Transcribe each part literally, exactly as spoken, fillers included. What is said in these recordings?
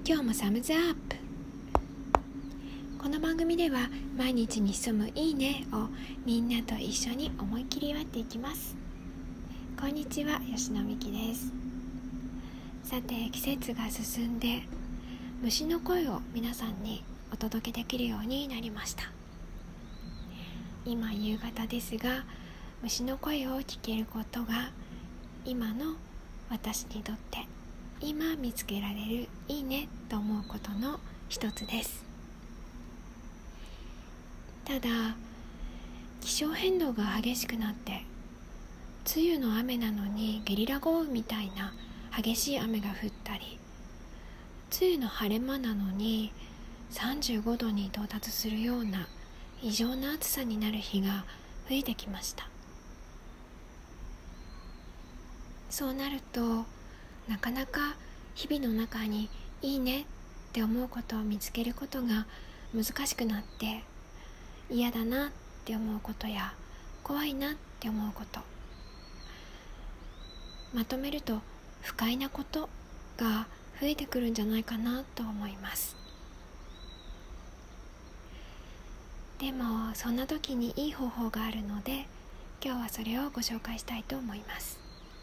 今日もサムズアップ。この番組では毎日に潜むいいねをみんなと一緒に思い切り祝っていきます。こんにちは、吉野美希です。さて、季節が進んで虫の声を皆さんにお届けできるようになりました。今夕方ですが、虫の声を聞けることが今の私にとって今見つけられるいいねと思うことの一つです。ただ、気象変動が激しくなって梅雨の雨なのにゲリラ豪雨みたいな激しい雨が降ったり、梅雨の晴れ間なのにさんじゅうごどに到達するような異常な暑さになる日が増えてきました。そうなるとなかなか日々の中にいいねって思うことを見つけることが難しくなって、嫌だなって思うことや怖いなって思うこと、まとめると不快なことが増えてくるんじゃないかなと思います。でもそんな時にいい方法があるので、今日はそれをご紹介したいと思います。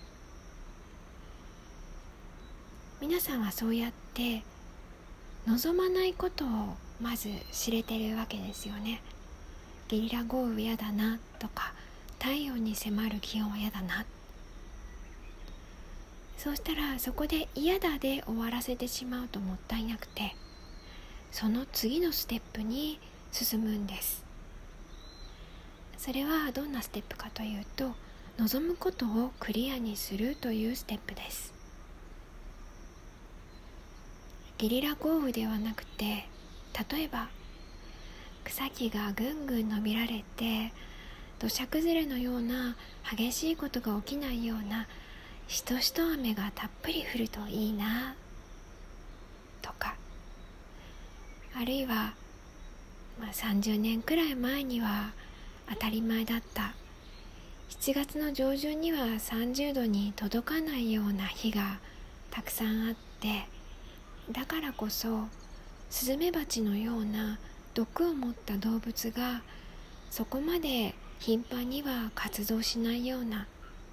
皆さんはそうやって望まないことをまず知れてるわけですよね。ゲリラ豪雨嫌だなとか、太陽に迫る気温は嫌だな。そうしたらそこで嫌だで終わらせてしまうともったいなくて、その次のステップに進むんです。それはどんなステップかというと、望むことをクリアにするというステップです。ゲリラ豪雨ではなくて、例えば草木がぐんぐん伸びられて土砂崩れのような激しいことが起きないようなしとしと雨がたっぷり降るといいなとか、あるいは、まあ、さんじゅうねんくらい前には当たり前だったしちがつの上旬にはさんじゅうどに届かないような日がたくさんあって、だからこそスズメバチのような毒を持った動物がそこまで頻繁には活動しないような、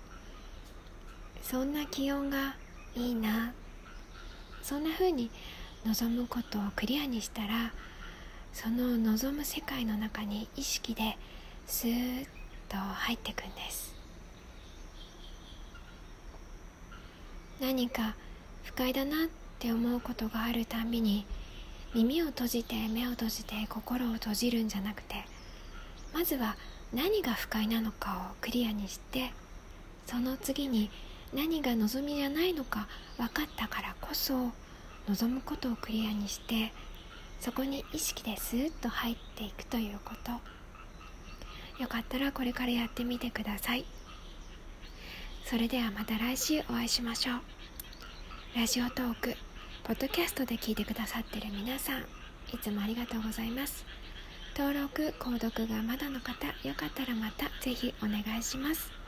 そんな気温がいいな、そんな風に望むことをクリアにしたら、その望む世界の中に意識でスーッと入っていくんです。何か不快だなって思うことがあるたんびに、耳を閉じて目を閉じて心を閉じるんじゃなくて、まずは何が不快なのかをクリアにして、その次に何が望みじゃないのか分かったからこそ望むことをクリアにして、そこに意識でスーッと入っていくということ、よかったらこれからやってみてください。それではまた来週お会いしましょう。ラジオトーク、ポッドキャストで聞いてくださっている皆さん、いつもありがとうございます。登録・購読がまだの方、よかったらまたぜひお願いします。